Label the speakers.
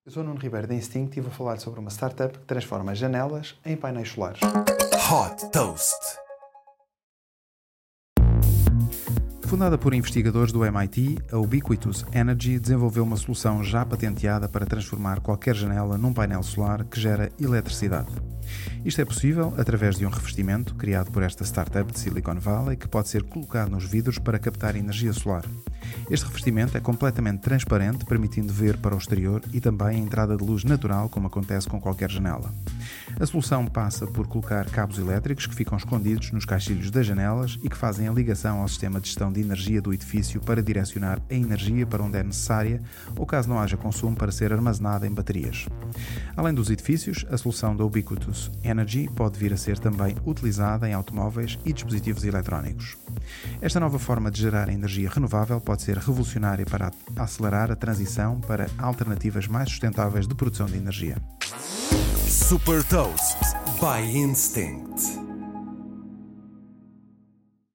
Speaker 1: Eu sou o Nuno Ribeiro da Instinct e vou falar sobre uma startup que transforma janelas em painéis solares.
Speaker 2: Hot Toast.
Speaker 1: Fundada por investigadores do MIT, a Ubiquitous Energy desenvolveu uma solução já patenteada para transformar qualquer janela num painel solar que gera eletricidade. Isto é possível através de um revestimento criado por esta startup de Silicon Valley que pode ser colocado nos vidros para captar energia solar. Este revestimento é completamente transparente, permitindo ver para o exterior e também a entrada de luz natural, como acontece com qualquer janela. A solução passa por colocar cabos elétricos que ficam escondidos nos caixilhos das janelas e que fazem a ligação ao sistema de gestão de energia do edifício para direcionar a energia para onde é necessária ou, caso não haja consumo, para ser armazenada em baterias. Além dos edifícios, a solução da Ubiquitous Energy pode vir a ser também utilizada em automóveis e dispositivos eletrónicos. Esta nova forma de gerar energia renovável pode ser revolucionária para acelerar a transição para alternativas mais sustentáveis de produção de energia.
Speaker 2: Super Toast by Instinct.